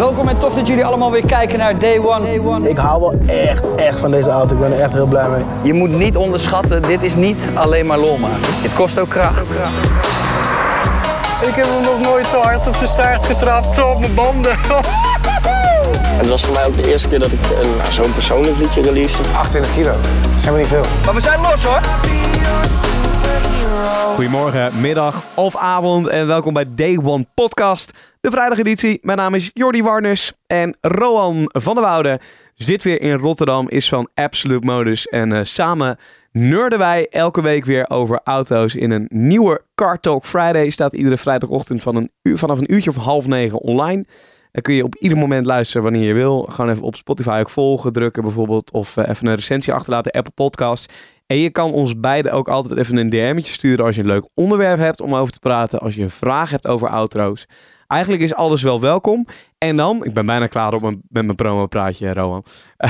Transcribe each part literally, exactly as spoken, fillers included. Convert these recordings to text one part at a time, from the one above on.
Welkom en tof dat jullie allemaal weer kijken naar Day One. Day One. Ik hou wel echt, echt van deze auto. Ik ben er echt heel blij mee. Je moet niet onderschatten, dit is niet alleen maar lol maken. Het kost ook kracht. Ik heb hem nog nooit zo hard op zijn staart getrapt, zo op mijn banden. Het was voor mij ook de eerste keer dat ik een, zo'n persoonlijk liedje releasede. achtentwintig kilo, dat zijn we niet veel. Maar we zijn los hoor! Goedemorgen, middag of avond en welkom bij Day One Podcast, de vrijdageditie. Mijn naam is Jordi Warners en Roan van der Woude zit weer in Rotterdam, is van Absolute Modus. En uh, samen nerden wij elke week weer over auto's in een nieuwe Car Talk Friday. Staat iedere vrijdagochtend van een uur, vanaf een uurtje of half negen online. Dan kun je op ieder moment luisteren wanneer je wil. Gewoon even op Spotify ook volgen, drukken bijvoorbeeld. Of uh, even een recensie achterlaten, Apple Podcast. En je kan ons beiden ook altijd even een D M'tje sturen als je een leuk onderwerp hebt om over te praten. Als je een vraag hebt over auto's. Eigenlijk is alles wel welkom. En dan, ik ben bijna klaar op mijn, met mijn promo-praatje, Roan.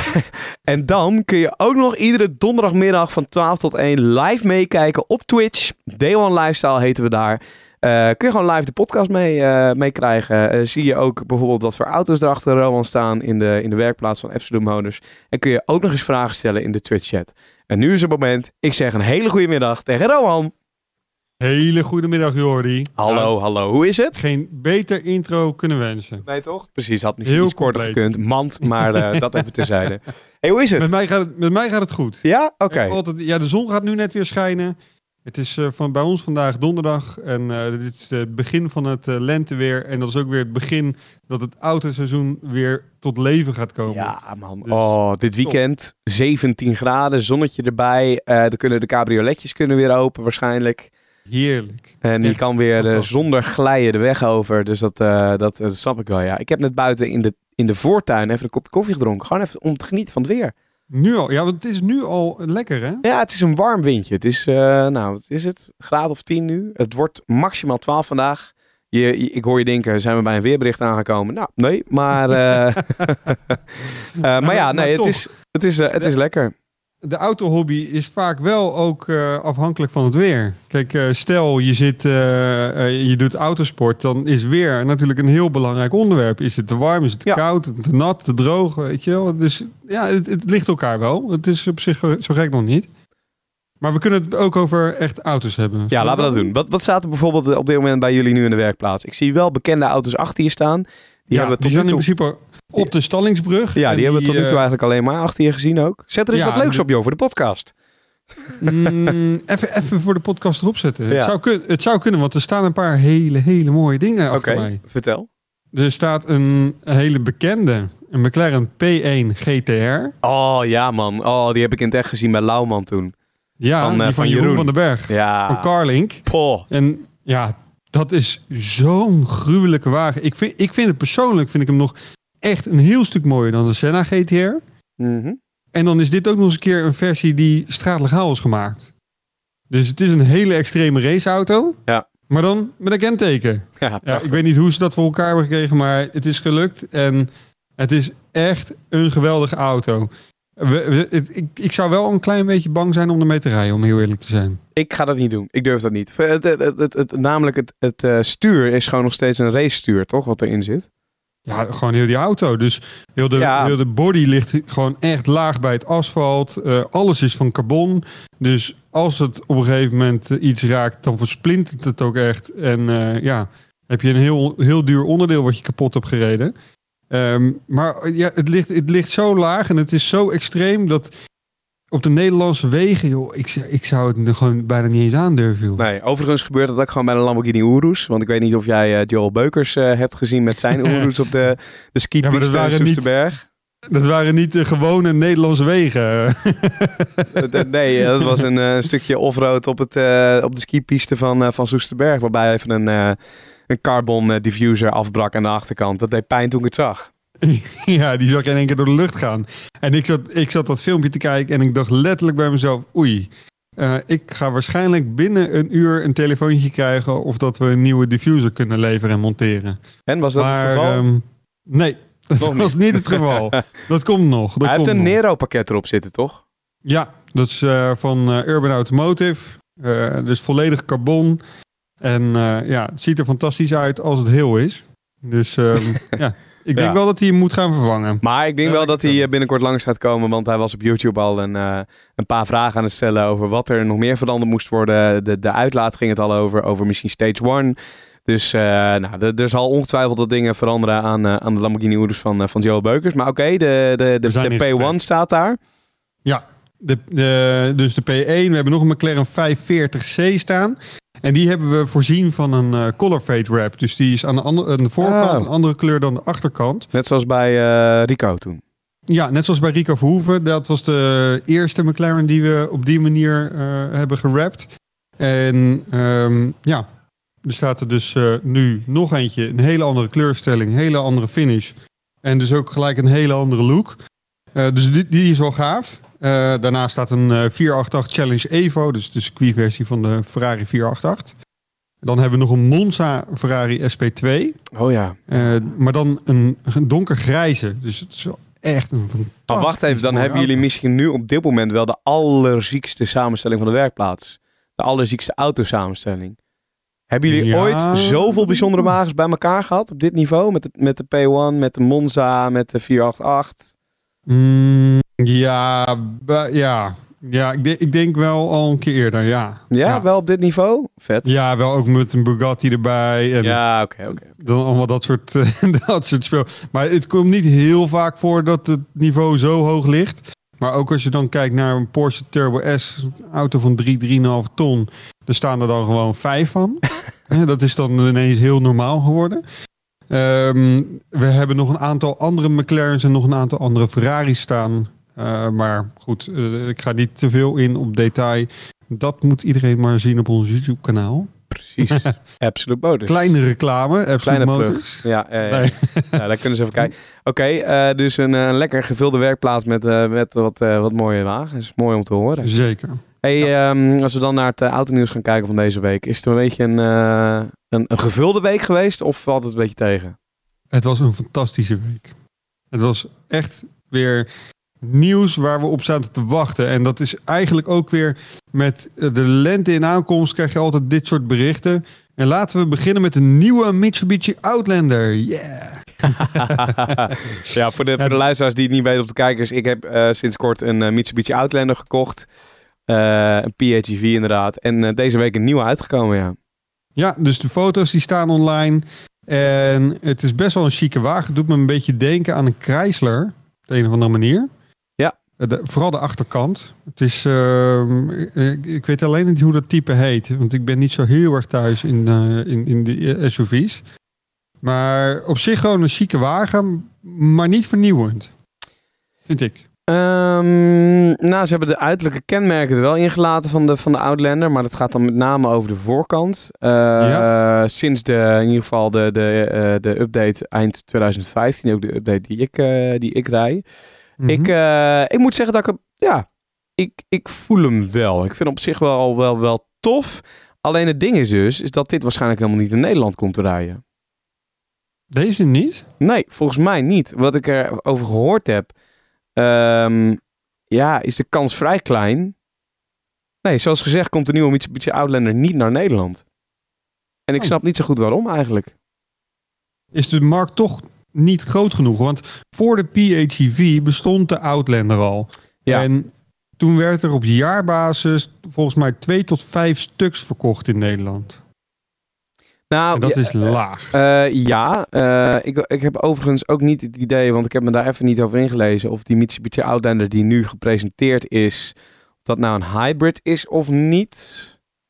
En dan kun je ook nog iedere donderdagmiddag van twaalf tot één live meekijken op Twitch. Day One Lifestyle heten we daar. Uh, kun je gewoon live de podcast mee, uh, meekrijgen. Uh, zie je ook bijvoorbeeld wat voor auto's erachter Roan staan in de, in de werkplaats van Absolute Modus. En kun je ook nog eens vragen stellen in de Twitch chat. En nu is het moment. Ik zeg een hele goede middag tegen Roan. Hele goede middag, Jordi. Hallo, ja, hallo. Hoe is het? Geen beter intro kunnen wensen. Nee, toch? Precies, had niet Heel iets korter compleet. gekund. Mand, maar uh, dat even terzijde. Hey, hoe is het? Met mij gaat het, met mij gaat het goed. Ja? Oké. Okay. Altijd, ja, de zon gaat nu net weer schijnen. Het is uh, van bij ons vandaag donderdag en uh, dit is het begin van het uh, lenteweer. En dat is ook weer het begin dat het autoseizoen weer tot leven gaat komen. Ja, man. Dus, oh, dit weekend zeventien graden, zonnetje erbij. Uh, dan kunnen de cabrioletjes kunnen weer open waarschijnlijk. Heerlijk. En je Echt kan weer uh, zonder glijden de weg over. Dus dat, uh, dat, dat snap ik wel, ja. Ik heb net buiten in de, in de voortuin even een kopje koffie gedronken. Gewoon even om te genieten van het weer. Nu al? Ja, want het is nu al lekker, hè? Ja, het is een warm windje. Het is, uh, nou, wat is het? Graad of tien nu. Het wordt maximaal twaalf vandaag. Je, je, ik hoor je denken, zijn we bij een weerbericht aangekomen? Nou, nee, maar... Uh, uh, maar ja, nee, het is, het is, uh, het is lekker. De autohobby is vaak wel ook uh, afhankelijk van het weer. Kijk, uh, stel je zit, uh, uh, je doet autosport, dan is weer natuurlijk een heel belangrijk onderwerp. Is het te warm, is het te ja. koud, te nat, te droog, weet je wel. Dus ja, het, het ligt elkaar wel. Het is op zich zo gek nog niet. Maar we kunnen het ook over echt auto's hebben. Ja, laten we dat doen. Wat, wat staat er bijvoorbeeld op dit moment bij jullie nu in de werkplaats? Ik zie wel bekende auto's achter je staan. Die ja, hebben die tot zijn nu toe... in principe op de Stallingsbrug. Ja, die, die hebben we tot nu toe eigenlijk alleen maar achter je gezien ook. Zet er eens ja, wat leuks op, joh, voor de podcast. Mm, even, even voor de podcast erop zetten. Ja. Het, zou kun, het zou kunnen, want er staan een paar hele, hele mooie dingen achter okay, mij. Vertel. Er staat een hele bekende, een McLaren P één G T R. Oh, ja man. Oh, die heb ik in het echt gezien bij Lauwman toen. Ja, van, uh, die van, van Jeroen, Jeroen van den Berg. Ja. Van Carlink. Poh. En ja, dat is zo'n gruwelijke wagen. Ik vind, ik vind het persoonlijk, vind ik hem nog echt een heel stuk mooier dan de Senna G T R. Mm-hmm. En dan is dit ook nog eens een keer een versie die straatlegaal is gemaakt. Dus het is een hele extreme raceauto. Ja. Maar dan met een kenteken. Ja, ja, ik weet niet hoe ze dat voor elkaar hebben gekregen, maar het is gelukt. En het is echt een geweldige auto. We, we, het, ik, ik zou wel een klein beetje bang zijn om ermee te rijden, om heel eerlijk te zijn. Ik ga dat niet doen. Ik durf dat niet. Het, het, het, het, het, namelijk het, het uh, stuur is gewoon nog steeds een race stuur, toch? Wat erin zit. Ja, gewoon heel die auto. Dus heel de, ja. heel de body ligt gewoon echt laag bij het asfalt. Uh, alles is van carbon. Dus als het op een gegeven moment uh, iets raakt, dan versplintert het ook echt. En uh, ja, heb je een heel, heel duur onderdeel wat je kapot hebt gereden. Um, maar ja, het ligt, het ligt zo laag en het is zo extreem dat op de Nederlandse wegen, joh, ik, ik zou het er gewoon bijna niet eens aandurven. Joh. Nee, overigens gebeurt dat ook gewoon bij de Lamborghini Urus. Want ik weet niet of jij uh, Joel Beukers uh, hebt gezien met zijn Urus op de, de skipiste ja, in Soesterberg. Dat waren niet de gewone Nederlandse wegen. Nee, dat was een uh, stukje offroad op, het, uh, op de skipiste van, uh, van Soesterberg. Waarbij even een, uh, een carbon uh, diffuser afbrak aan de achterkant. Dat deed pijn toen ik het zag. Ja, die zag in één keer door de lucht gaan. En ik zat, ik zat dat filmpje te kijken en ik dacht letterlijk bij mezelf, oei. Uh, ik ga waarschijnlijk binnen een uur een telefoontje krijgen of dat we een nieuwe diffuser kunnen leveren en monteren. En was dat maar, het geval? Um, nee, dat nog was niet. niet het geval. Dat komt nog. Dat Hij komt heeft een nog. Nero pakket erop zitten, toch? Ja, dat is uh, van uh, Urban Automotive. Uh, dus volledig carbon. En uh, ja, het ziet er fantastisch uit als het heel is. Dus um, ja. Ik denk Ja. wel dat hij hem moet gaan vervangen. Maar ik denk Ja, wel ik dat hij ook. eh, binnenkort langs gaat komen. Want hij was op YouTube al een, uh, een paar vragen aan het stellen over wat er nog meer veranderd moest worden. De, de uitlaat ging het al over. Over misschien Stage one. Dus uh, nou, er, er zal ongetwijfeld wat dingen veranderen aan, uh, aan de Lamborghini Urus van, uh, van Joe Beukers. Maar oké, okay, de, de, de, zijn de in P one gesprek. staat daar. Ja, de, de, dus de P één. We hebben nog een McLaren vijfhonderdveertig C staan. En die hebben we voorzien van een uh, color fade wrap. Dus die is aan de, andere, aan de voorkant Oh. een andere kleur dan de achterkant. Net zoals bij uh, Rico toen. Ja, net zoals bij Rico Verhoeven. Dat was de eerste McLaren die we op die manier uh, hebben gerapt. En um, ja, er staat er dus uh, nu nog eentje. Een hele andere kleurstelling, een hele andere finish. En dus ook gelijk een hele andere look. Uh, dus die, die is wel gaaf. Uh, daarnaast staat een uh, vierhonderdachtenachtig Challenge Evo. Dus de circuitversie van de Ferrari vierhonderdachtenachtig. Dan hebben we nog een Monza Ferrari S P twee. Oh ja. Uh, maar dan een, een donkergrijze. Dus het is wel echt een fantastisch. Maar wacht even, dan mooie hebben jullie auto. misschien nu op dit moment wel de allerziekste samenstelling van de werkplaats. De allerziekste autosamenstelling. Hebben jullie Ja. ooit zoveel bijzondere wagens bij elkaar gehad op dit niveau? Met de, met de P one, met de Monza, met de vierhonderdachtenachtig? Mm, ja, ba- ja. ja ik, de- ik denk wel al een keer eerder, ja. Ja, ja. wel op dit niveau? Vet. Ja, wel ook met een Bugatti erbij. En Ja, oké, oké. dan allemaal dat soort, dat soort speel. Maar het komt niet heel vaak voor dat het niveau zo hoog ligt. Maar ook als je dan kijkt naar een Porsche Turbo S, een auto van drie, drie komma vijf ton. Er staan er dan gewoon vijf van. Hè, dat is dan ineens heel normaal geworden. Um, we hebben nog een aantal andere McLaren's en nog een aantal andere Ferraris staan. Uh, maar goed, uh, ik ga niet te veel in op detail. Dat moet iedereen maar zien op ons YouTube kanaal. Precies. Absolute Motors. Kleine reclame, Absolute Kleine plug. Motors. Ja, ja, ja. Nee. Ja, daar kunnen ze even kijken. Oké, okay, uh, dus een uh, lekker gevulde werkplaats met, uh, met wat, uh, wat mooie wagens. Mooi om te horen. Zeker. Hey, Ja. um, als we dan naar het uh, autonieuws gaan kijken van deze week. Is het een beetje een, uh, een, een gevulde week geweest of valt het een beetje tegen? Het was een fantastische week. Het was echt weer nieuws waar we op zaten te wachten. En dat is eigenlijk ook weer met de lente in aankomst krijg je altijd dit soort berichten. En laten we beginnen met een nieuwe Mitsubishi Outlander. Yeah! Ja, voor de, voor de luisteraars die het niet weten of de kijkers. Ik heb uh, sinds kort een uh, Mitsubishi Outlander gekocht. Uh, een P H E V inderdaad. En uh, deze week een nieuwe uitgekomen, ja. Ja, dus de foto's die staan online. En het is best wel een chique wagen. Het doet me een beetje denken aan een Chrysler. Op de een of andere manier. Ja. De, vooral de achterkant. Het is, uh, ik, ik weet alleen niet hoe dat type heet. Want ik ben niet zo heel erg thuis in, uh, in, in de S U V's. Maar op zich gewoon een chique wagen. Maar niet vernieuwend. Vind ik. Um, nou, ze hebben de uiterlijke kenmerken er wel ingelaten van de, van de Outlander. Maar dat gaat dan met name over de voorkant. Uh, ja. uh, sinds de, in ieder geval de, de, uh, de update eind twintig vijftien. Ook de update die ik, uh, die ik rij. Mm-hmm. Ik, uh, ik moet zeggen dat ik... Ja, ik, ik voel hem wel. Ik vind hem op zich wel, wel, wel tof. Alleen het ding is dus... Is dat dit waarschijnlijk helemaal niet in Nederland komt te rijden. Deze niet? Nee, volgens mij niet. Wat ik erover gehoord heb... Um, ja, is de kans vrij klein. Nee, zoals gezegd komt de nieuwe Mitsubishi Outlander niet naar Nederland. En ik oh. snap niet zo goed waarom eigenlijk. Is de markt toch niet groot genoeg? Want voor de P H E V bestond de Outlander al. Ja. En toen werd er op jaarbasis volgens mij twee tot vijf stuks verkocht in Nederland. Nou, en dat ja, is laag. Uh, ja, uh, ik, ik heb overigens ook niet het idee, want ik heb me daar even niet over ingelezen, of die Mitsubishi Outlander die nu gepresenteerd is, of dat nou een hybrid is of niet.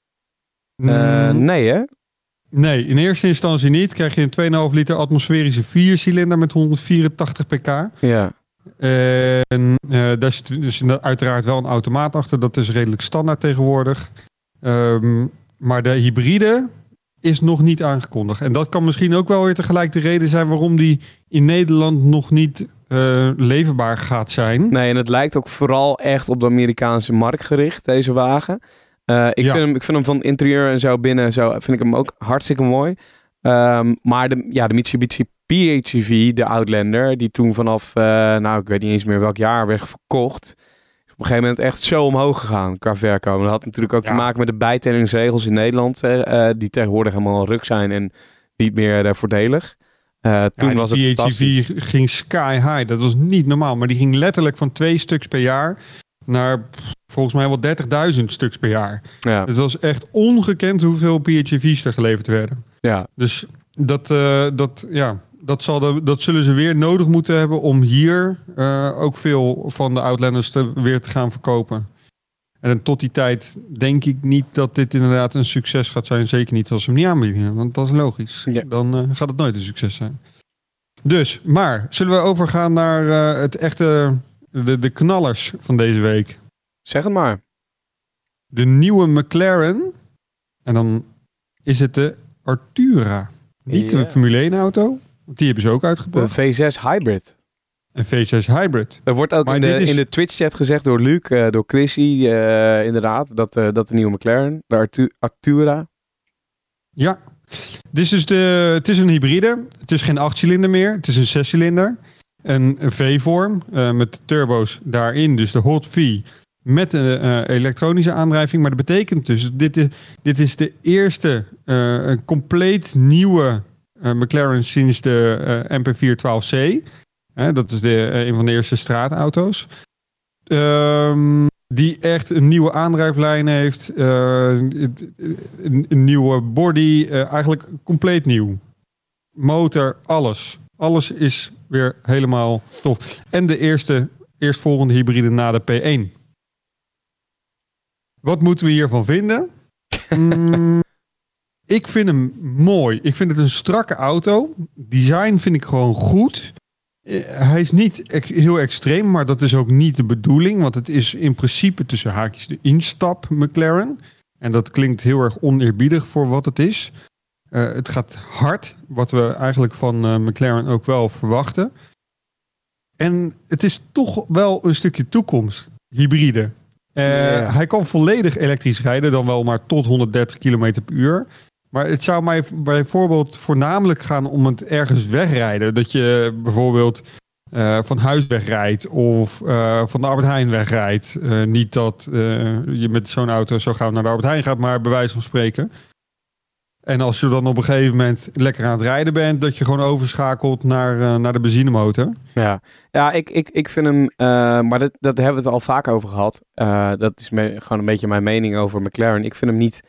Uh, mm. Nee, hè? Nee, in eerste instantie niet. Krijg je een twee komma vijf liter atmosferische viercilinder met honderdvierentachtig pk. Ja. En uh, daar zit dus uiteraard wel een automaat achter. Dat is redelijk standaard tegenwoordig. Um, maar de hybride is nog niet aangekondigd. En dat kan misschien ook wel weer tegelijk de reden zijn waarom die in Nederland nog niet uh, leverbaar gaat zijn. Nee, en het lijkt ook vooral echt op de Amerikaanse markt gericht, deze wagen. Uh, ik, ja. vind hem, ik vind hem van interieur en zo binnen, zo vind ik hem ook hartstikke mooi. Um, maar de, ja, de Mitsubishi P H E V, de Outlander, die toen vanaf, uh, nou ik weet niet eens meer welk jaar werd verkocht, is op een gegeven moment echt zo omhoog gegaan qua verkoop. Dat had natuurlijk ook ja. te maken met de bijtellingsregels in Nederland, uh, die tegenwoordig helemaal ruk zijn en niet meer uh, voordelig. Uh, toen ja, was het P H E fantastisch. V ging sky high. Dat was niet normaal. Maar die ging letterlijk van twee stuks per jaar naar pff, volgens mij wel dertigduizend stuks per jaar. Ja. Het was echt ongekend hoeveel P H E V's er geleverd werden. Ja. Dus dat, uh, dat, ja, dat, zal de, dat zullen ze weer nodig moeten hebben om hier uh, ook veel van de Outlanders te, weer te gaan verkopen. En tot die tijd denk ik niet dat dit inderdaad een succes gaat zijn. Zeker niet als ze hem niet aanbieden. Want dat is logisch. Ja. Dan uh, gaat het nooit een succes zijn. Dus, maar zullen we overgaan naar uh, het echte, de, de knallers van deze week. Zeg het maar. De nieuwe McLaren. En dan is het de Artura. Niet Ja. de Formule één auto. Want die hebben ze ook Een uitgebracht. V zes Hybrid. Een V zes Hybrid. Er wordt ook Maar in de, dit is- in de Twitch-chat gezegd door Luc, uh, door Chrissy, uh, inderdaad, dat, uh, dat de nieuwe McLaren, de Artu- Artura... Ja. Dit is dus de, het is een hybride. Het is geen achtcilinder meer. Het is een zescilinder. Een, een V-vorm uh, met turbo's daarin. Dus de Hot V met een uh, elektronische aandrijving. Maar dat betekent dus, dit is, dit is de eerste uh, een compleet nieuwe uh, McLaren sinds de uh, M P vier twaalf C. Hè, dat is de, uh, een van de eerste straatauto's. Um, die echt een nieuwe aandrijflijn heeft. Uh, een, een nieuwe body. Uh, eigenlijk compleet nieuw. Motor, alles. Alles is weer helemaal tof. En de eerste, eerstvolgende hybride na de P één. Wat moeten we hiervan vinden? mm, ik vind hem mooi. Ik vind het een strakke auto. Design vind ik gewoon goed. Uh, hij is niet ex- heel extreem, maar dat is ook niet de bedoeling. Want het is in principe tussen haakjes de instap McLaren. En dat klinkt heel erg oneerbiedig voor wat het is. Uh, het gaat hard, wat we eigenlijk van uh, McLaren ook wel verwachten. En het is toch wel een stukje toekomst, hybride. Uh, Yeah. Hij kan volledig elektrisch rijden, dan wel maar tot honderddertig kilometer per uur. Maar het zou mij bijvoorbeeld voornamelijk gaan om het ergens wegrijden. Dat je bijvoorbeeld uh, van huis wegrijdt of uh, van de Albert Heijn wegrijdt. Uh, niet dat uh, je met zo'n auto zo gauw naar de Albert Heijn gaat, maar bij wijze van spreken. En als je dan op een gegeven moment lekker aan het rijden bent, dat je gewoon overschakelt naar, uh, naar de benzinemotor. Ja, ja ik, ik, ik vind hem, uh, maar dat, dat hebben we het al vaak over gehad. Uh, dat is me, gewoon een beetje mijn mening over McLaren. Ik vind hem niet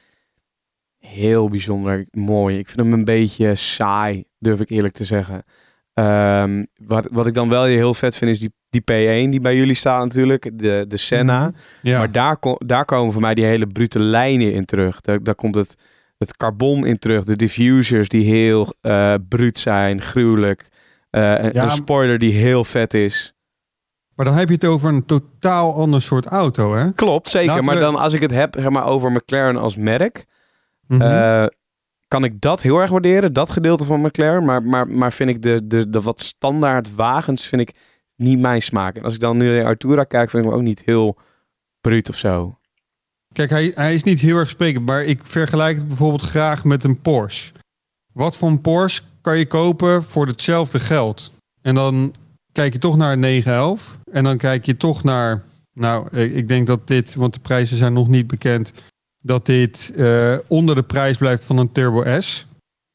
heel bijzonder mooi. Ik vind hem een beetje saai, durf ik eerlijk te zeggen. Um, wat, wat ik dan wel heel vet vind is die, die P één die bij jullie staat natuurlijk, de, de Senna. Mm-hmm. Ja. Maar daar, ko- daar komen voor mij die hele brute lijnen in terug. Daar, daar komt het, het carbon in terug, de diffusers die heel uh, bruut zijn, gruwelijk. Uh, een, Ja, een spoiler die heel vet is. Maar dan heb je het over een totaal ander soort auto, hè? Klopt, zeker. Laten maar we- dan als ik het heb zeg maar, over McLaren als merk, Mm-hmm. uh, kan ik dat heel erg waarderen, dat gedeelte van McLaren. Maar, maar, maar vind ik de, de, de wat standaard wagens vind ik niet mijn smaak. En als ik dan nu naar de Artura kijk, vind ik hem ook niet heel bruut of zo. Kijk, hij, hij is niet heel erg sprekend, maar ik vergelijk het bijvoorbeeld graag met een Porsche. Wat voor een Porsche kan je kopen voor hetzelfde geld? En dan kijk je toch naar een negen elf. En dan kijk je toch naar, nou, ik ik denk dat dit, want de prijzen zijn nog niet bekend, dat dit uh, onder de prijs blijft van een Turbo S.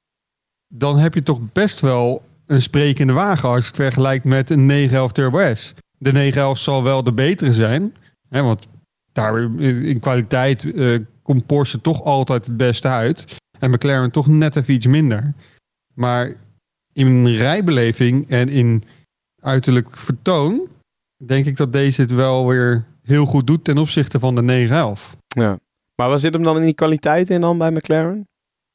Dan heb je toch best wel een sprekende wagen als je het vergelijkt met een negen elf Turbo S. De negen elf zal wel de betere zijn, hè, want daar in kwaliteit uh, komt Porsche toch altijd het beste uit. En McLaren toch net even iets minder. Maar in rijbeleving en in uiterlijk vertoon denk ik dat deze het wel weer heel goed doet ten opzichte van de negen elf. Ja. Maar wat zit hem dan in die kwaliteit in dan bij McLaren?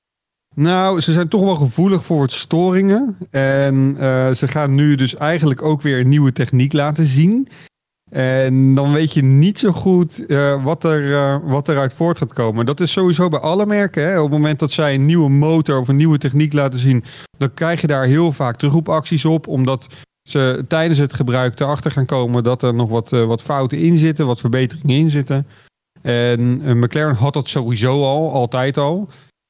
Nou, ze zijn toch wel gevoelig voor wat storingen. En uh, ze gaan nu dus eigenlijk ook weer een nieuwe techniek laten zien. En dan weet je niet zo goed uh, wat, er, uh, wat eruit voort gaat komen. Dat is sowieso bij alle merken. Hè? Op het moment dat zij een nieuwe motor of een nieuwe techniek laten zien, dan krijg je daar heel vaak terugroepacties op. Omdat ze tijdens het gebruik erachter gaan komen dat er nog wat, uh, wat fouten in zitten, wat verbeteringen in zitten. En uh, McLaren had dat sowieso al, altijd al.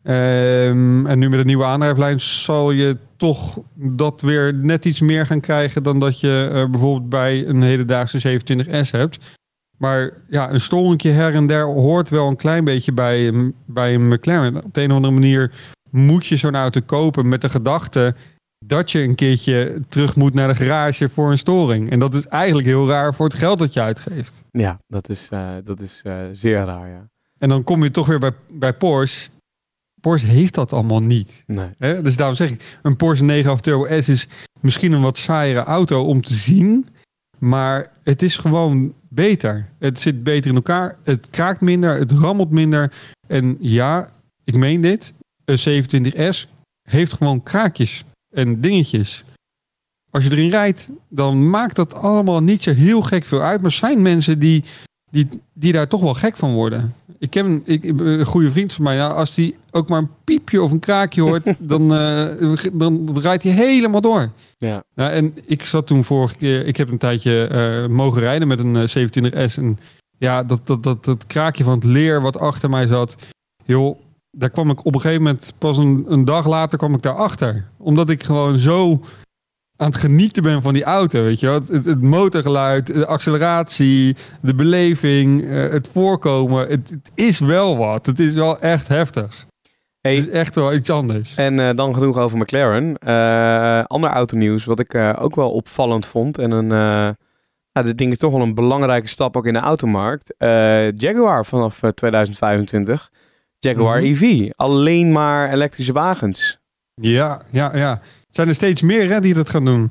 Um, en nu met een nieuwe aandrijflijn zal je toch dat weer net iets meer gaan krijgen dan dat je uh, bijvoorbeeld bij een hedendaagse zevenentwintig S hebt. Maar ja, een storingje her en der hoort wel een klein beetje bij, bij een McLaren. Op de een of andere manier moet je zo'n auto kopen met de gedachte, dat je een keertje terug moet naar de garage voor een storing. En dat is eigenlijk heel raar voor het geld dat je uitgeeft. Ja, dat is, uh, dat is uh, zeer raar, ja. En dan kom je toch weer bij, bij Porsche. Porsche heeft dat allemaal niet. Nee. Hè? Dus daarom zeg ik, een Porsche negen elf Turbo S is misschien een wat saaiere auto om te zien. Maar het is gewoon beter. Het zit beter in elkaar. Het kraakt minder. Het rammelt minder. En ja, ik meen dit. Een zevenentwintig S heeft gewoon kraakjes en dingetjes. Als je erin rijdt, dan maakt dat allemaal niet zo heel gek veel uit. Maar er zijn mensen die, die, die daar toch wel gek van worden. Ik heb een, ik, een goede vriend van mij. Ja, als die ook maar een piepje of een kraakje hoort, dan, uh, dan, dan rijdt hij helemaal door. Ja. Ja, en ik zat toen vorige keer, ik heb een tijdje uh, mogen rijden met een uh, zevenentwintig S. En ja, dat, dat, dat, dat kraakje van het leer wat achter mij zat. Joh, daar kwam ik op een gegeven moment, pas een, een dag later kwam ik daarachter. Omdat ik gewoon zo aan het genieten ben van die auto, weet je wel. Het, het, het motorgeluid, de acceleratie, de beleving, uh, het voorkomen. Het, het is wel wat. Het is wel echt heftig. Hey, het is echt wel iets anders. En uh, dan genoeg over McLaren. Uh, ander autonieuws wat ik uh, ook wel opvallend vond. En een, uh, nou, dit ding is toch wel een belangrijke stap ook in de automarkt. Uh, Jaguar vanaf uh, tweeduizend vijfentwintig. Jaguar mm-hmm. E V. Alleen maar elektrische wagens. Ja, ja, ja. Zijn er steeds meer hè, die dat gaan doen?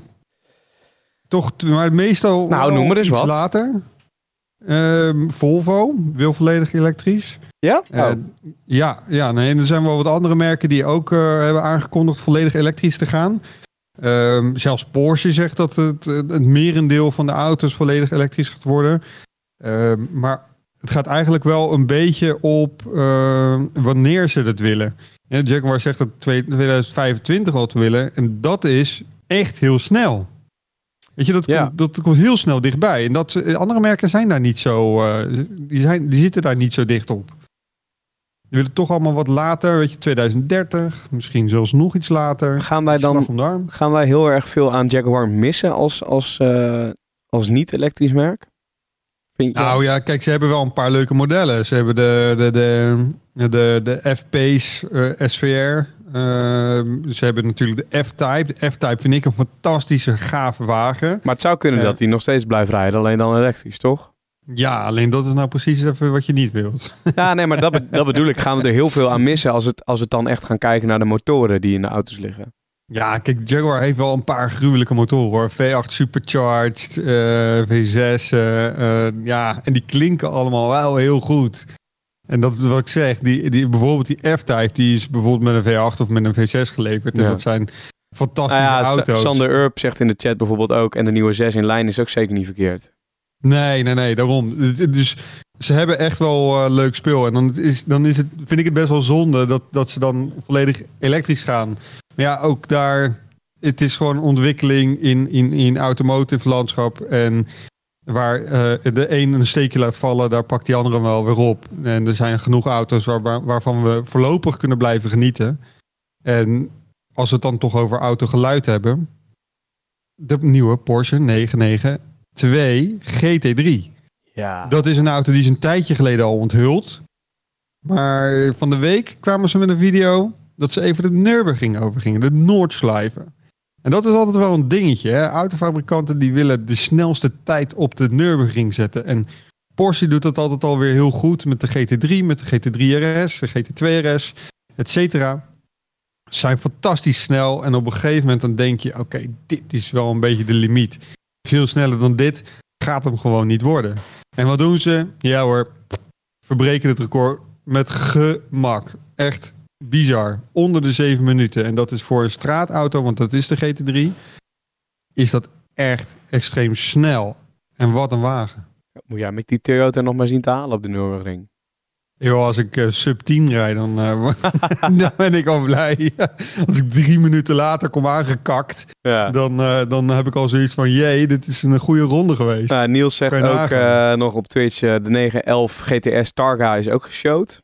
Toch, maar meestal nou, noem maar eens iets wat. later. Uh, Volvo wil volledig elektrisch. Ja? Oh. Uh, ja, ja nee, en er zijn wel wat andere merken die ook uh, hebben aangekondigd volledig elektrisch te gaan. Uh, zelfs Porsche zegt dat het, het merendeel van de auto's volledig elektrisch gaat worden. Uh, maar het gaat eigenlijk wel een beetje op uh, wanneer ze dat willen. Ja, Jaguar zegt dat tweeduizend vijfentwintig al te willen. En dat is echt heel snel. Weet je, dat, ja. komt, dat komt heel snel dichtbij. En dat, andere merken zijn daar niet zo... Uh, die, zijn, die zitten daar niet zo dicht op. Die willen toch allemaal wat later. Weet je, tweeduizend dertig. Misschien zelfs nog iets later. Gaan wij dan gaan wij heel erg veel aan Jaguar missen als, als, uh, als niet-elektrisch merk? Vind je? Nou ja, kijk, ze hebben wel een paar leuke modellen. Ze hebben de, de, de, de, de F-Pace uh, S V R. Uh, ze hebben natuurlijk de F-Type. De F-Type vind ik een fantastische, gave wagen. Maar het zou kunnen uh, dat hij nog steeds blijft rijden, alleen dan elektrisch, toch? Ja, alleen dat is nou precies even wat je niet wilt. Ja, nee, maar dat, be- dat bedoel ik. Gaan we er heel veel aan missen als het, als het dan echt gaan kijken naar de motoren die in de auto's liggen? Ja, kijk, Jaguar heeft wel een paar gruwelijke motoren hoor. V acht Supercharged, uh, V zes. Uh, uh, ja, en die klinken allemaal wel heel goed. En dat is wat ik zeg. Die, die, bijvoorbeeld die F-Type, die is bijvoorbeeld met een V acht of met een V zes geleverd. En ja. dat zijn fantastische nou ja, auto's. Sander Urp zegt in de chat bijvoorbeeld ook. En de nieuwe zes in lijn is ook zeker niet verkeerd. Nee, nee, nee, daarom. Dus ze hebben echt wel uh, leuk speel. En dan, is, dan is het, vind ik het best wel zonde dat, dat ze dan volledig elektrisch gaan. Maar ja, ook daar, het is gewoon ontwikkeling in, in, in automotive landschap. En waar uh, de een een steekje laat vallen, daar pakt die andere wel weer op. En er zijn genoeg auto's waar, waarvan we voorlopig kunnen blijven genieten. En als we het dan toch over autogeluid hebben, de nieuwe Porsche negen negen twee G T drie. Ja. Dat is een auto die is een tijdje geleden al onthuld. Maar van de week kwamen ze met een video dat ze even de Nürburgring overgingen. De Nordschleife. En dat is altijd wel een dingetje. Hè? Autofabrikanten die willen de snelste tijd op de Nürburgring zetten. En Porsche doet dat altijd alweer heel goed met de G T drie, met de G T drie R S, de G T twee R S, et cetera. Ze zijn fantastisch snel. En op een gegeven moment dan denk je, oké, okay, dit is wel een beetje de limiet. Veel sneller dan dit gaat hem gewoon niet worden. En wat doen ze? Ja hoor, verbreken het record met gemak. Echt bizar. Onder de zeven minuten. En dat is voor een straatauto, want dat is de G T drie, is dat echt extreem snel. En wat een wagen. Moet jij met die Toyota nog maar zien te halen op de Nürburgring? Yo, als ik uh, sub tien rijd, dan, uh, dan ben ik al blij. Als ik drie minuten later kom aangekakt, ja. dan, uh, dan heb ik al zoiets van, jee, dit is een goede ronde geweest. Nou, Niels zegt ook uh, nog op Twitch, uh, de negen elf G T S Targa is ook geshowd.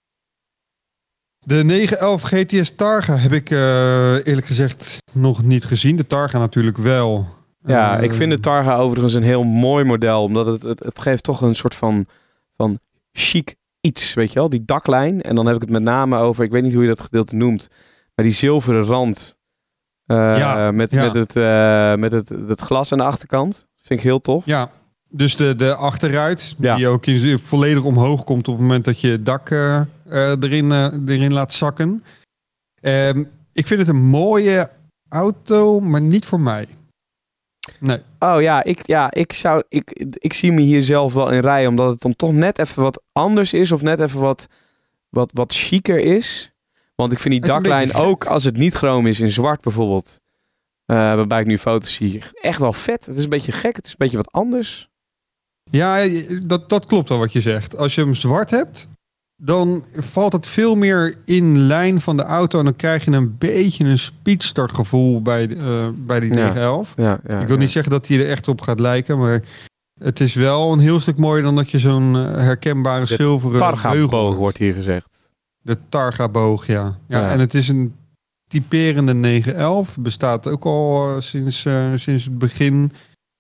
De negen elf G T S Targa heb ik uh, eerlijk gezegd nog niet gezien. De Targa natuurlijk wel. Ja, uh, ik vind de Targa overigens een heel mooi model, omdat het, het, het geeft toch een soort van, van chic iets, weet je wel, die daklijn. En dan heb ik het met name over, ik weet niet hoe je dat gedeelte noemt, maar die zilveren rand Uh, Ja, met, ja. met, het, uh, met het, het glas aan de achterkant. Vind ik heel tof. Ja, dus de, de achterruit, Ja. die ook in, volledig omhoog komt op het moment dat je het dak uh, uh, erin, uh, erin laat zakken. Um, ik vind het een mooie auto, maar niet voor mij. Nee. Oh ja, ik, ja ik, zou, ik, ik zie me hier zelf wel in rijden, omdat het dan toch net even wat anders is of net even wat, wat, wat chiquer is. Want ik vind die Het is een daklijn beetje ook, als het niet chroom is in zwart bijvoorbeeld, uh, waarbij ik nu foto's zie, echt wel vet. Het is een beetje gek, het is een beetje wat anders. Ja, dat, dat klopt wel wat je zegt. Als je hem zwart hebt, dan valt het veel meer in lijn van de auto en dan krijg je een beetje een speedster gevoel bij, uh, bij die Ja. negen elf. Ja, ja, Ik wil ja. niet zeggen dat hij er echt op gaat lijken, maar het is wel een heel stuk mooier dan dat je zo'n uh, herkenbare De zilveren Targa-boog beugel wordt hier gezegd. De Targa-boog, ja. ja. Ja. En het is een typerende negen elf. Bestaat ook al uh, sinds, uh, sinds het begin.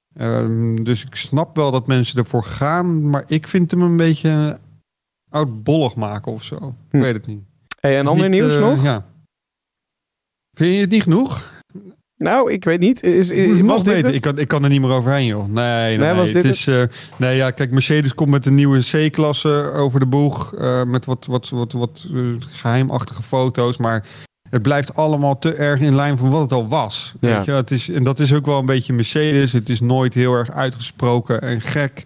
Um, dus ik snap wel dat mensen ervoor gaan, maar ik vind hem een beetje oudbollig maken of zo. Hm. Ik weet het niet. Hey, en Het is ander niet, nieuws uh, nog? Ja. Vind je het niet genoeg? Nou, ik weet niet. Is, Ik is, moet het was nog dit weten. het? Ik kan, ik kan er niet meer overheen, joh. Nee, nee, Nee, nee. was het dit is, uh, nee, ja, kijk, Mercedes komt met een nieuwe C-klasse over de boeg. Uh, met wat, wat, wat, wat uh, geheimachtige foto's. Maar het blijft allemaal te erg in lijn van wat het al was. Ja. Weet je? Het is, en dat is ook wel een beetje Mercedes. Het is nooit heel erg uitgesproken en gek.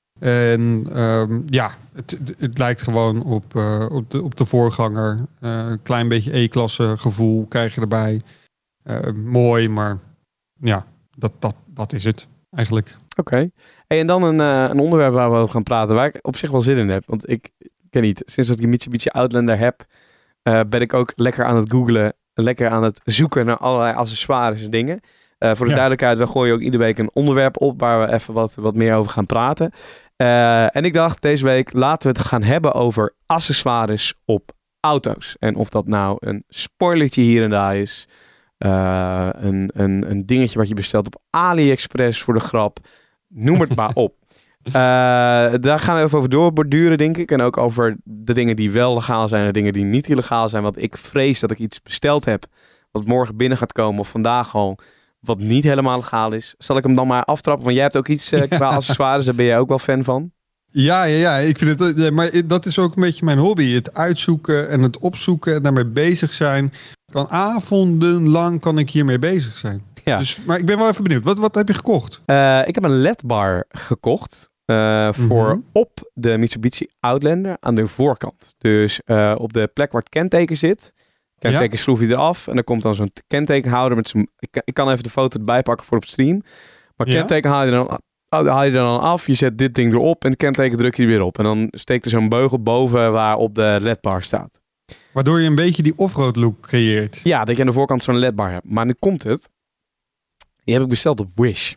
En um, ja, het, het, het lijkt gewoon op, uh, op, de, op de voorganger. Uh, een klein beetje E-klasse gevoel krijg je erbij. Uh, mooi, maar ja, dat, dat, dat is het eigenlijk. Oké. Okay. Hey, en dan een, uh, een onderwerp waar we over gaan praten, waar ik op zich wel zin in heb. Want ik ken niet, sinds dat ik die Mitsubishi Outlander heb, uh, ben ik ook lekker aan het googlen, lekker aan het zoeken naar allerlei accessoires en dingen. Uh, voor de ja. duidelijkheid, we gooien ook iedere week een onderwerp op waar we even wat, wat meer over gaan praten. Uh, en ik dacht, deze week laten we het gaan hebben over accessoires op auto's. En of dat nou een spoilertje hier en daar is, uh, een, een, een dingetje wat je bestelt op AliExpress voor de grap, noem het maar op. Uh, daar gaan we even over doorborduren, denk ik. En ook over de dingen die wel legaal zijn en de dingen die niet illegaal zijn. Want ik vrees dat ik iets besteld heb wat morgen binnen gaat komen of vandaag al, wat niet helemaal legaal is. Zal ik hem dan maar aftrappen? Want jij hebt ook iets uh, qua ja. accessoires, daar ben jij ook wel fan van. Ja, ja, ja, ik vind het, ja, maar dat is ook een beetje mijn hobby. Het uitzoeken en het opzoeken en daarmee bezig zijn. Kan avondenlang kan ik hiermee bezig zijn. Ja. Dus, maar ik ben wel even benieuwd. Wat, wat heb je gekocht? Uh, ik heb een L E D-bar gekocht. Uh, voor mm-hmm. op de Mitsubishi Outlander aan de voorkant. Dus uh, op de plek waar het kenteken zit. Kenteken ja. schroef je eraf. En er komt dan zo'n kentekenhouder met zo'n... Ik, ik kan even de foto erbij pakken voor op stream. Maar ja. kenteken haal je, dan, haal je er dan af. Je zet dit ding erop en het kenteken druk je er weer op. En dan steekt er zo'n beugel boven waar op de L E D-bar staat. Waardoor je een beetje die offroad look creëert. Ja, dat je aan de voorkant zo'n L E D-bar hebt. Maar nu komt het. Die heb ik besteld op Wish.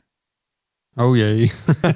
Oh jee.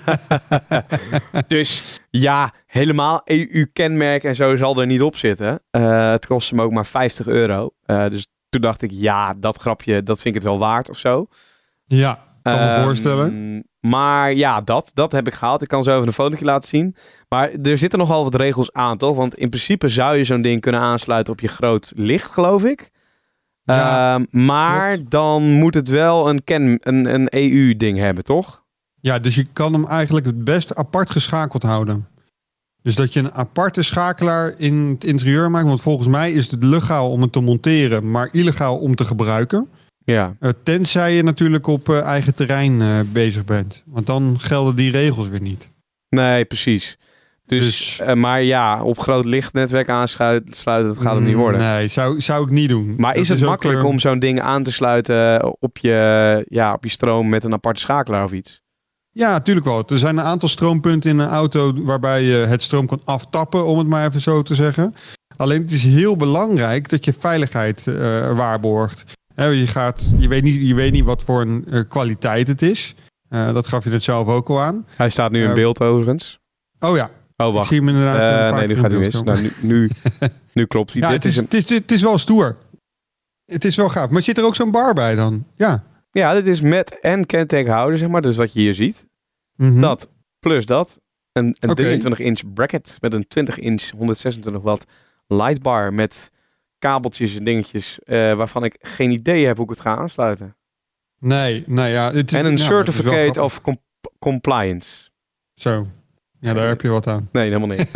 Dus ja, helemaal E U-kenmerk en zo zal er niet op zitten. Uh, het kostte me ook maar vijftig euro. Uh, dus toen dacht ik, ja, dat grapje, dat vind ik het wel waard of zo. Ja, kan me um, voorstellen. Maar ja, dat, dat heb ik gehaald. Ik kan zo even een fotootje laten zien. Maar er zitten nogal wat regels aan, toch? Want in principe zou je zo'n ding kunnen aansluiten op je groot licht, geloof ik. Ja, uh, maar klopt. Dan moet het wel een, ken, een, een E U-ding hebben, toch? Ja, dus je kan hem eigenlijk het best apart geschakeld houden. Dus dat je een aparte schakelaar in het interieur maakt. Want volgens mij is het legaal om het te monteren, maar illegaal om te gebruiken. Ja. Uh, tenzij je natuurlijk op uh, eigen terrein uh, bezig bent. Want dan gelden die regels weer niet. Nee, precies. Dus, dus uh, maar ja, op groot lichtnetwerk aansluiten, dat gaat hem niet worden. Nee, zou, zou ik niet doen. Maar dat is het is makkelijk ook, uh, om zo'n ding aan te sluiten op je, ja, op je stroom met een aparte schakelaar of iets? Ja, natuurlijk wel. Er zijn een aantal stroompunten in een auto waarbij je het stroom kan aftappen, om het maar even zo te zeggen. Alleen het is heel belangrijk dat je veiligheid uh, waarborgt. He, je, gaat, je, weet niet, je weet niet wat voor een uh, kwaliteit het is. Uh, dat gaf je net zelf ook al aan. Hij staat nu in uh, beeld overigens. Oh ja. Oh, wacht. Ik zie hem inderdaad uh, een paar nee, nu gaat hij mis. Nou, nu, nu, nu klopt hij. Ja, Dit het, is, is een... het, is, het is wel stoer. Het is wel gaaf. Maar zit er ook zo'n bar bij dan? Ja. Ja, dit is met en kentekenhouder, zeg maar. Dus wat je hier ziet. Mm-hmm. Dat plus dat. Een, een okay. drieëntwintig inch bracket met een twintig inch honderdzesentwintig watt lightbar met kabeltjes en dingetjes uh, waarvan ik geen idee heb hoe ik het ga aansluiten. Nee, nou ja. Het is, en een ja, certificate of com- compliance. Zo. Ja, daar heb je wat aan. Nee, helemaal niet.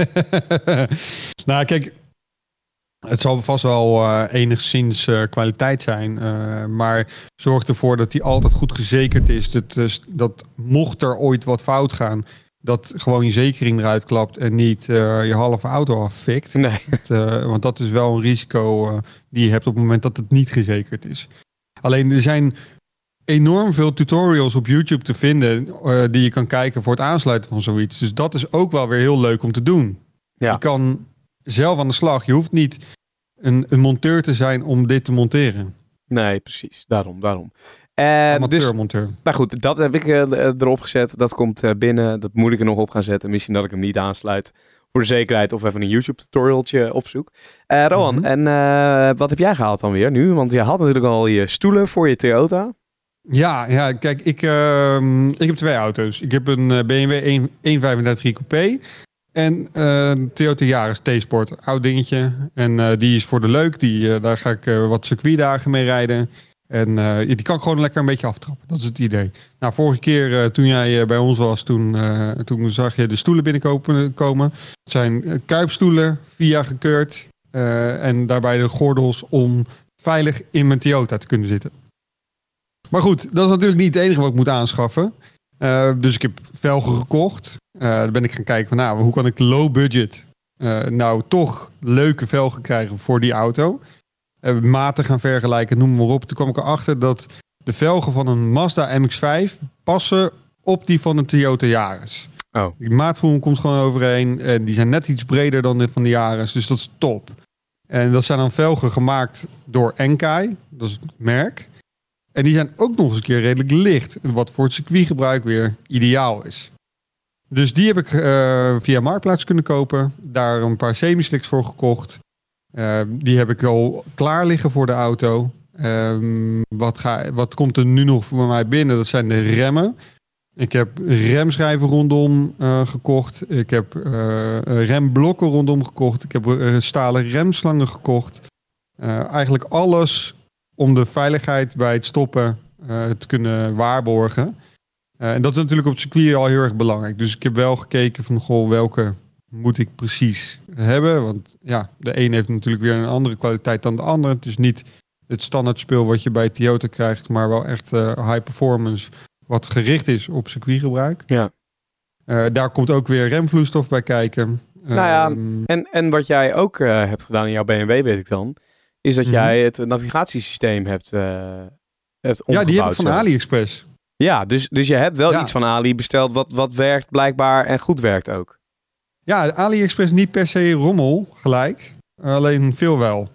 Nou, kijk. Het zal vast wel uh, enigszins uh, kwaliteit zijn. Uh, maar zorg ervoor dat die altijd goed gezekerd is. Dat, uh, dat mocht er ooit wat fout gaan, dat gewoon je zekering eruit klapt en niet uh, je halve auto affikt. Nee. Het, uh, want dat is wel een risico uh, die je hebt op het moment dat het niet gezekerd is. Alleen er zijn enorm veel tutorials op YouTube te vinden uh, die je kan kijken voor het aansluiten van zoiets. Dus dat is ook wel weer heel leuk om te doen. Ja. Je kan zelf aan de slag. Je hoeft niet een, een monteur te zijn om dit te monteren. Nee, precies. Daarom, daarom. Uh, Amateur-monteur. Dus, nou goed, dat heb ik uh, erop gezet. Dat komt uh, binnen. Dat moet ik er nog op gaan zetten. Misschien dat ik hem niet aansluit voor de zekerheid of even een YouTube-tutorialtje opzoek. Uh, Rowan, mm-hmm. en uh, wat heb jij gehaald dan weer nu? Want je had natuurlijk al je stoelen voor je Toyota. Ja, ja, kijk, ik, uh, ik heb twee auto's. Ik heb een B M W honderdvijfendertig i Coupé en uh, een Toyota Yaris T-Sport, oud dingetje. En uh, die is voor de leuk, die, uh, daar ga ik uh, wat circuitdagen mee rijden. En uh, die kan ik gewoon lekker een beetje aftrappen, dat is het idee. Nou, vorige keer uh, toen jij uh, bij ons was, toen, uh, toen zag je de stoelen binnenkomen. Het zijn uh, kuipstoelen, via gekeurd. Uh, en daarbij de gordels om veilig in mijn Toyota te kunnen zitten. Maar goed, dat is natuurlijk niet het enige wat ik moet aanschaffen. Uh, dus ik heb velgen gekocht. Uh, dan ben ik gaan kijken van, nou, hoe kan ik low budget uh, nou toch leuke velgen krijgen voor die auto. Uh, maten gaan vergelijken, noem maar op. Toen kwam ik erachter dat de velgen van een Mazda M X vijf passen op die van een Toyota Yaris. Oh. Die maatvoering komt gewoon overeen. En die zijn net iets breder dan de van de Yaris. Dus dat is top. En dat zijn dan velgen gemaakt door Enkai. Dat is het merk. En die zijn ook nog eens een keer redelijk licht. Wat voor het circuitgebruik weer ideaal is. Dus die heb ik uh, via Marktplaats kunnen kopen. Daar een paar semi-slicks voor gekocht. Uh, die heb ik al klaar liggen voor de auto. Um, wat, ga, wat komt er nu nog voor mij binnen? Dat zijn de remmen. Ik heb remschijven rondom uh, gekocht. Ik heb uh, remblokken rondom gekocht. Ik heb uh, stalen remslangen gekocht. Uh, eigenlijk alles om de veiligheid bij het stoppen uh, te kunnen waarborgen. Uh, en dat is natuurlijk op het circuit al heel erg belangrijk. Dus ik heb wel gekeken van, goh, welke moet ik precies hebben? Want ja, de een heeft natuurlijk weer een andere kwaliteit dan de andere. Het is niet het standaard spul wat je bij Toyota krijgt, maar wel echt uh, high performance, wat gericht is op circuitgebruik. Ja. Uh, daar komt ook weer remvloeistof bij kijken. Nou ja, um, en, en wat jij ook uh, hebt gedaan in jouw B M W, weet ik dan, is dat mm-hmm. jij het navigatiesysteem hebt, uh, hebt omgebouwd. Ja, die heb ik van zo. AliExpress. Ja, dus, dus je hebt wel ja. iets van Ali besteld wat, wat werkt blijkbaar en goed werkt ook. Ja, AliExpress niet per se rommel gelijk, alleen veel wel.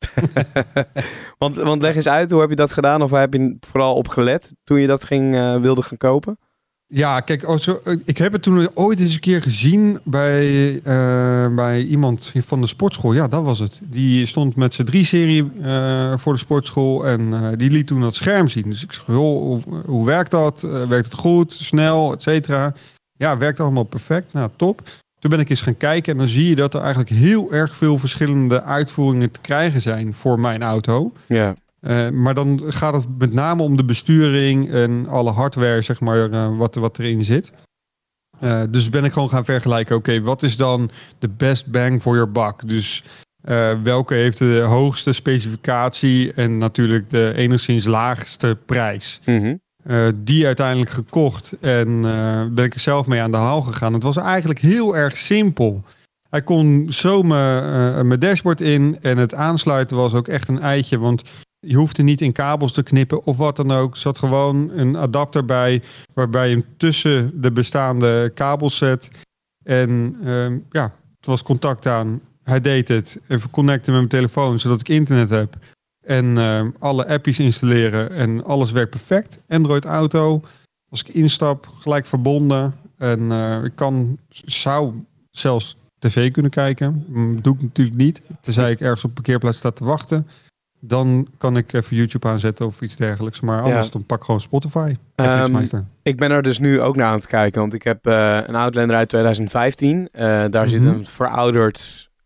want, want leg eens uit, hoe heb je dat gedaan? Of heb je vooral op gelet toen je dat ging, uh, wilde gaan kopen? Ja, kijk, oh, zo, ik heb het toen ooit eens een keer gezien bij, uh, bij iemand van de sportschool. Ja, dat was het. Die stond met zijn drie serie uh, voor de sportschool en uh, die liet toen dat scherm zien. Dus ik zeg, joh, hoe, hoe werkt dat? Uh, werkt het goed? Snel? Et cetera. Ja, werkt allemaal perfect. Nou, top. Toen ben ik eens gaan kijken en dan zie je dat er eigenlijk heel erg veel verschillende uitvoeringen te krijgen zijn voor mijn auto. Ja. Uh, maar dan gaat het met name om de besturing en alle hardware, zeg maar, uh, wat, wat erin zit. Uh, dus ben ik gewoon gaan vergelijken, oké, okay, wat is dan de best bang for your buck? Dus uh, welke heeft de hoogste specificatie en natuurlijk de enigszins laagste prijs? Mm-hmm. Uh, die uiteindelijk gekocht en uh, ben ik er zelf mee aan de haal gegaan. Het was eigenlijk heel erg simpel. Hij kon zo mijn uh, dashboard in en het aansluiten was ook echt een eitje, want je hoefde niet in kabels te knippen of wat dan ook. Er zat gewoon een adapter bij waarbij je hem tussen de bestaande kabels zet. En uh, ja, het was contact aan. Hij deed het. Even connecten met mijn telefoon zodat ik internet heb. En uh, alle appjes installeren en alles werkt perfect. Android Auto. Als ik instap, gelijk verbonden. En uh, ik kan, zou zelfs tv kunnen kijken. Dat doe ik natuurlijk niet. Tenzij ik ergens op een parkeerplaats sta te wachten. Dan kan ik even YouTube aanzetten of iets dergelijks. Maar anders ja. dan pak gewoon Spotify. Um, ik ben er dus nu ook naar aan het kijken. Want ik heb uh, een Outlander uit twintig vijftien. Uh, daar mm-hmm. zit een verouderd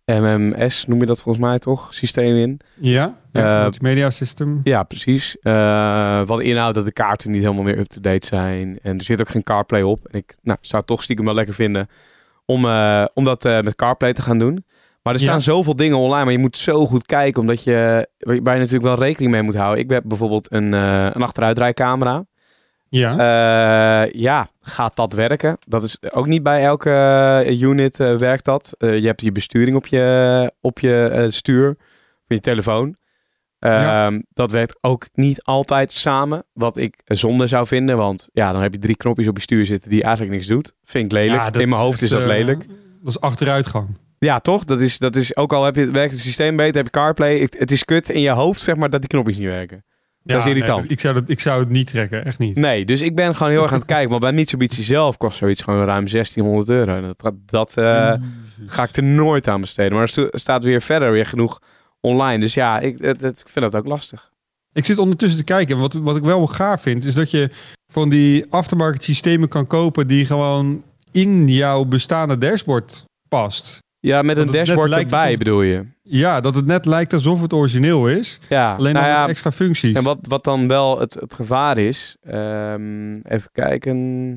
M M S noem je dat volgens mij toch? Systeem in. Ja, ja Uh, multimedia system. Ja, precies. Uh, wat inhoudt dat de kaarten niet helemaal meer up-to-date zijn. En er zit ook geen CarPlay op. En ik nou, zou het toch stiekem wel lekker vinden om, uh, om dat uh, met CarPlay te gaan doen. Maar er staan ja. zoveel dingen online, maar je moet zo goed kijken, omdat je, waar je natuurlijk wel rekening mee moet houden. Ik heb bijvoorbeeld een, uh, een achteruitrijcamera. Ja. Uh, ja, gaat dat werken? Dat is ook niet bij elke uh, unit uh, werkt dat. Uh, je hebt je besturing op je, op je uh, stuur, op je telefoon. Uh, ja. Dat werkt ook niet altijd samen, wat ik zonde zou vinden. Want ja, dan heb je drie knopjes op je stuur zitten die eigenlijk niks doet. Vind ik lelijk. Ja, in mijn hoofd is dat uh, lelijk. Dat is achteruitgang. Ja, toch? Dat is, dat is, ook al heb je, werkt het systeem beter, heb je CarPlay. Het, het is kut in je hoofd, zeg maar, dat die knopjes niet werken. Ja, dat is irritant. Nee, ik, zou dat, ik zou het niet trekken, echt niet. Nee, dus ik ben gewoon heel erg aan het kijken. Want bij Mitsubishi zelf kost zoiets gewoon ruim zestienhonderd euro. En dat dat uh, ga ik er nooit aan besteden. Maar er staat weer verder weer genoeg online. Dus ja, ik, het, het, ik vind dat ook lastig. Ik zit ondertussen te kijken. Wat, wat ik wel gaaf vind, is dat je van die aftermarket systemen kan kopen die gewoon in jouw bestaande dashboard past. Ja, met een dashboard erbij alsof, bedoel je? Ja, dat het net lijkt alsof het origineel is. Ja, alleen nou dan ja, met extra functies. En wat, wat dan wel het, het gevaar is... Um, even kijken...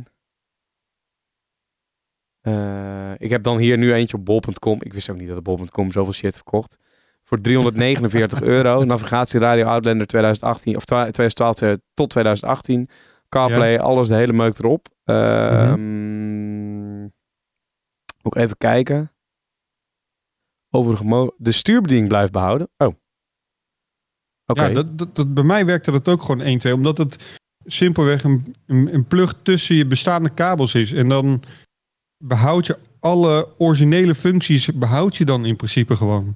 Uh, ik heb dan hier nu eentje op bol punt com. Ik wist ook niet dat de bol punt com zoveel shit verkocht. Voor driehonderdnegenenveertig euro. Navigatie Radio Outlander twintig achttien... Of twintig twaalf tot twintig achttien. CarPlay, ja. Alles, de hele meuk erop. Uh, mm-hmm. Ook even kijken... Overige mo- de stuurbediening blijft behouden. Oh. Oké. Okay. Ja, dat, dat, dat, bij mij werkte dat ook gewoon één twee. Omdat het simpelweg een, een, een plug tussen je bestaande kabels is. En dan behoud je alle originele functies, behoud je dan in principe gewoon.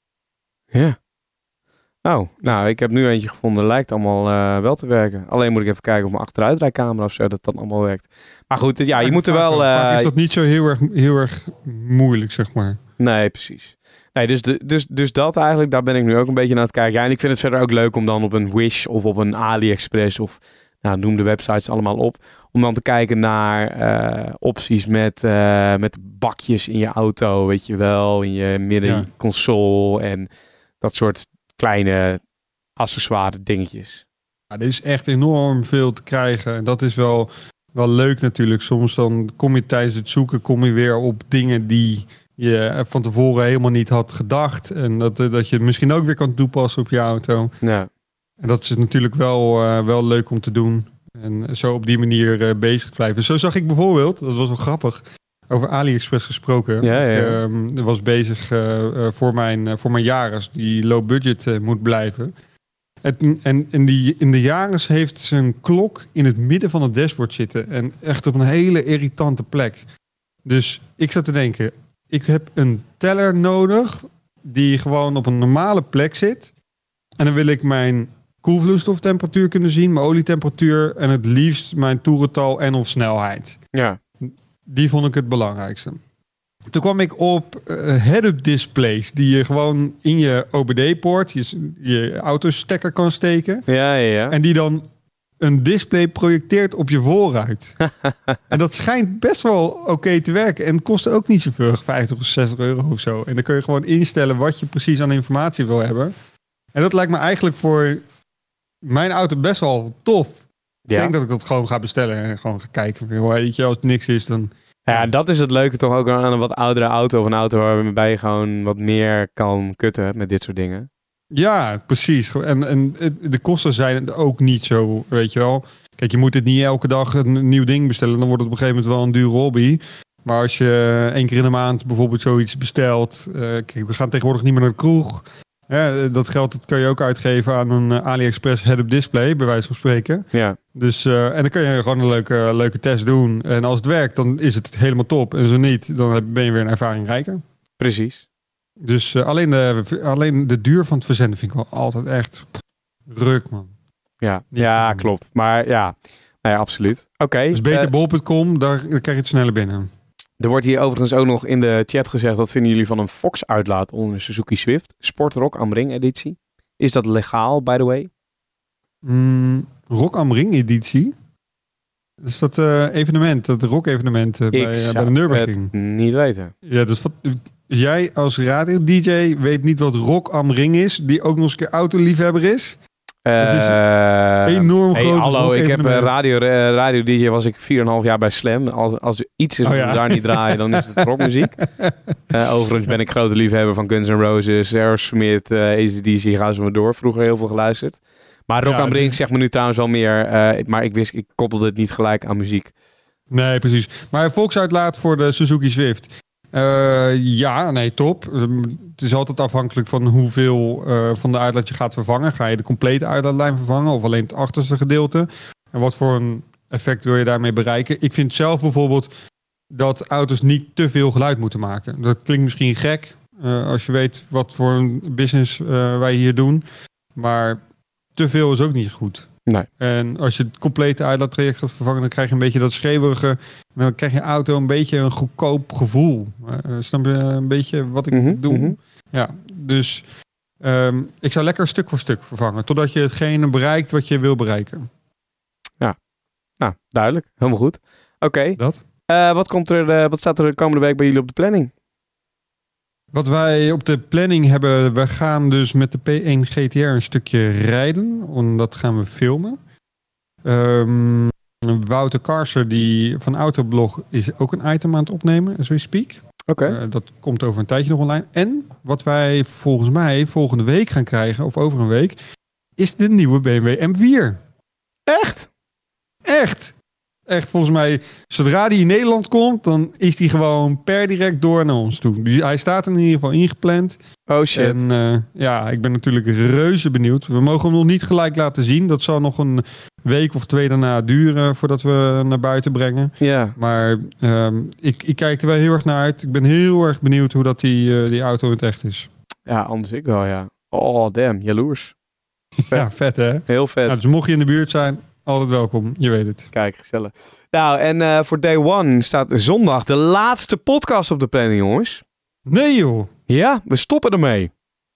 Ja. Oh, nou, ik heb nu eentje gevonden. Lijkt allemaal uh, wel te werken. Alleen moet ik even kijken of mijn achteruitrijcamera of zo, dat dat allemaal werkt. Maar goed, ja, je ja, moet er wel... Uh, vaak is dat niet zo heel erg, heel erg moeilijk, zeg maar. Nee, precies. Nee, dus, de, dus, dus dat eigenlijk, daar ben ik nu ook een beetje naar het kijken. Ja, en ik vind het verder ook leuk om dan op een Wish of op een AliExpress of nou, noem de websites allemaal op. Om dan te kijken naar uh, opties met, uh, met bakjes in je auto, weet je wel. In je middenconsole ja. en dat soort kleine accessoire dingetjes. Ja, er is echt enorm veel te krijgen. En dat is wel, wel leuk natuurlijk. Soms dan kom je tijdens het zoeken kom je weer op dingen die je van tevoren helemaal niet had gedacht. En dat, dat je het misschien ook weer kan toepassen op je auto. Ja. En dat is natuurlijk wel, uh, wel leuk om te doen. En zo op die manier uh, bezig te blijven. Zo zag ik bijvoorbeeld, dat was wel grappig, over AliExpress gesproken. Ja, ja. Ik uh, was bezig uh, uh, voor mijn, uh, voor mijn Yaris, die low budget uh, moet blijven. En, en, en die, in de Yaris heeft zijn klok in het midden van het dashboard zitten. En echt op een hele irritante plek. Dus ik zat te denken, ik heb een teller nodig die gewoon op een normale plek zit. En dan wil ik mijn koelvloeistoftemperatuur kunnen zien, mijn olietemperatuur en het liefst mijn toerental en of snelheid. Ja. Die vond ik het belangrijkste. Toen kwam ik op uh, head-up displays die je gewoon in je O B D-poort, je, je autostekker kan steken. Ja, ja, ja. En die dan een display projecteert op je voorruit. En dat schijnt best wel oké okay te werken. En het kost ook niet zoveel, vijftig of zestig euro of zo. En dan kun je gewoon instellen wat je precies aan informatie wil hebben. En dat lijkt me eigenlijk voor mijn auto best wel tof. Ja. Ik denk dat ik dat gewoon ga bestellen en gewoon ga kijken. Weet je, als het niks is, dan... Ja, dat is het leuke toch ook aan een wat oudere auto of een auto waarbij je gewoon wat meer kan kutten met dit soort dingen. Ja, precies. En, en de kosten zijn ook niet zo, weet je wel. Kijk, je moet dit niet elke dag een nieuw ding bestellen. Dan wordt het op een gegeven moment wel een dure hobby. Maar als je één keer in de maand bijvoorbeeld zoiets bestelt. Uh, kijk, we gaan tegenwoordig niet meer naar de kroeg. Ja, dat geld dat kan je ook uitgeven aan een uh, AliExpress head-up display, bij wijze van spreken. Ja. Dus, uh, en dan kun je gewoon een leuke, leuke test doen. En als het werkt, dan is het helemaal top. En zo niet, dan ben je weer een ervaring rijker. Precies. Dus uh, alleen, de, alleen de duur van het verzenden vind ik wel altijd echt pff, ruk, man. Ja, ja klopt. Maar ja, nou ja absoluut. Oké. Okay, dus beter uh, bol punt com, daar krijg je het sneller binnen. Er wordt hier overigens ook nog in de chat gezegd, wat vinden jullie van een Fox-uitlaat onder een Suzuki Swift? Sport Rock am Ring editie. Is dat legaal, by the way? Mm, Rock am Ring editie? Is dat uh, evenement, dat rock evenement uh, bij, uh, bij de Nürburgring? Ik zou het niet weten. Ja, dus wat, jij als radio-D J weet niet wat Rock am Ring is, die ook nog eens een keer autoliefhebber is. Uh, het is een enorm hey, groot hallo, ik heb uh, rock-evenement. radio, uh, radio D J was ik vier en een half jaar bij Slam. Als, als er iets is wat Oh, ja. we daar niet draaien, dan is het rockmuziek. Uh, overigens ben ik grote liefhebber van Guns N' Roses, Aerosmith, uh, A C D C, gaan ze maar door. Vroeger heel veel geluisterd. Maar Rock Ja, am Ring dus- zegt me nu trouwens al meer. Uh, maar ik wist, ik koppelde het niet gelijk aan muziek. Nee, precies. Maar volksuitlaat voor de Suzuki Swift. Uh, ja, nee, top. Um, het is altijd afhankelijk van hoeveel uh, van de uitlaat je gaat vervangen. Ga je de complete uitlaatlijn vervangen of alleen het achterste gedeelte? En wat voor een effect wil je daarmee bereiken? Ik vind zelf bijvoorbeeld dat auto's niet te veel geluid moeten maken. Dat klinkt misschien gek uh, als je weet wat voor een business uh, wij hier doen. Maar te veel is ook niet goed. Nee. En als je het complete uitlaattraject gaat vervangen, dan krijg je een beetje dat schreeuwerige. Dan krijg je auto een beetje een goedkoop gevoel. Uh, snap je een beetje wat ik Mm-hmm, bedoel? mm-hmm. Ja, dus um, ik zou lekker stuk voor stuk vervangen. Totdat je hetgene bereikt wat je wil bereiken. Ja, nou, duidelijk. Helemaal goed. Oké. Okay. Dat? Uh, wat, komt er, uh, wat staat er de komende week bij jullie op de planning? Wat wij op de planning hebben, we gaan dus met de P één G T R een stukje rijden. En dat gaan we filmen. Um, Wouter Karser die van Autoblog is ook een item aan het opnemen, as we speak. Oké. Okay. Uh, dat komt over een tijdje nog online. En wat wij volgens mij volgende week gaan krijgen, of over een week, is de nieuwe B M W M vier. Echt? Echt! Echt, volgens mij, zodra die in Nederland komt, dan is die gewoon per direct door naar ons toe. Die, hij staat in ieder geval ingepland. Oh shit. En uh, ja, ik ben natuurlijk reuze benieuwd. We mogen hem nog niet gelijk laten zien. Dat zal nog een week of twee daarna duren voordat we naar buiten brengen. Ja. Yeah. Maar um, ik, ik kijk er wel heel erg naar uit. Ik ben heel erg benieuwd hoe dat die, uh, die auto in het echt is. Ja, anders ik wel, ja. Oh, damn, jaloers. Vet. Ja, vet hè? Heel vet. Nou, dus mocht je in de buurt zijn, altijd welkom. Je weet het. Kijk, gezellig. Nou, en uh, voor day one staat zondag de laatste podcast op de planning, jongens. Nee joh! Ja, we stoppen ermee.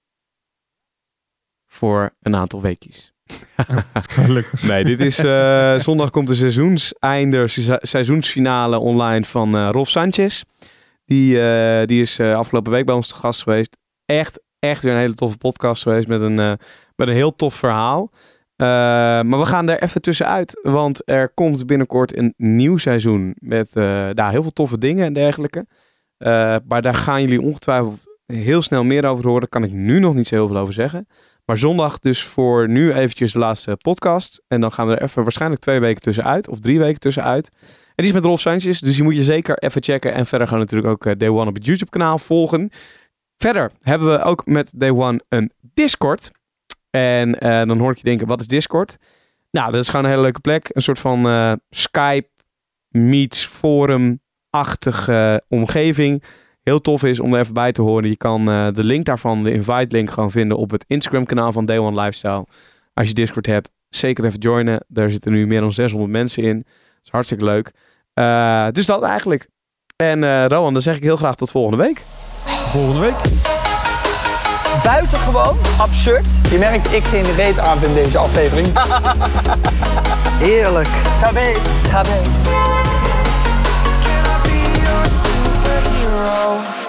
Voor een aantal weekjes. Oh, gelukkig. Nee, dit is... Uh, zondag komt de seizoenseinde, se- seizoensfinale online van uh, Rolf Sanchez. Die, uh, die is uh, afgelopen week bij ons te gast geweest. Echt, echt weer een hele toffe podcast geweest met een, uh, met een heel tof verhaal. Uh, maar we gaan er even tussenuit, want er komt binnenkort een nieuw seizoen met uh, nou, heel veel toffe dingen en dergelijke. Uh, maar daar gaan jullie ongetwijfeld heel snel meer over horen. Daar kan ik nu nog niet zo heel veel over zeggen. Maar zondag dus voor nu eventjes de laatste podcast. En dan gaan we er even waarschijnlijk twee weken tussenuit, of drie weken tussenuit. En die is met Rolf Sanchez, dus die moet je zeker even checken. En verder gaan we natuurlijk ook uh, Day One op het YouTube kanaal volgen. Verder hebben we ook met Day One een Discord. En uh, dan hoor ik je denken, wat is Discord? Nou, dat is gewoon een hele leuke plek. Een soort van uh, Skype meets forum-achtige omgeving. Heel tof is om er even bij te horen. Je kan uh, de link daarvan, de invite link, gewoon vinden op het Instagram kanaal van Day One Lifestyle. Als je Discord hebt, zeker even joinen. Daar zitten nu meer dan zeshonderd mensen in. Dat is hartstikke leuk. Uh, dus dat eigenlijk. En uh, Rowan, dan zeg ik heel graag tot volgende week. Volgende week. Buitengewoon absurd. Je merkt, ik geen reet aan in deze aflevering. Heerlijk. Tabé. Tabé. Can I be your superhero?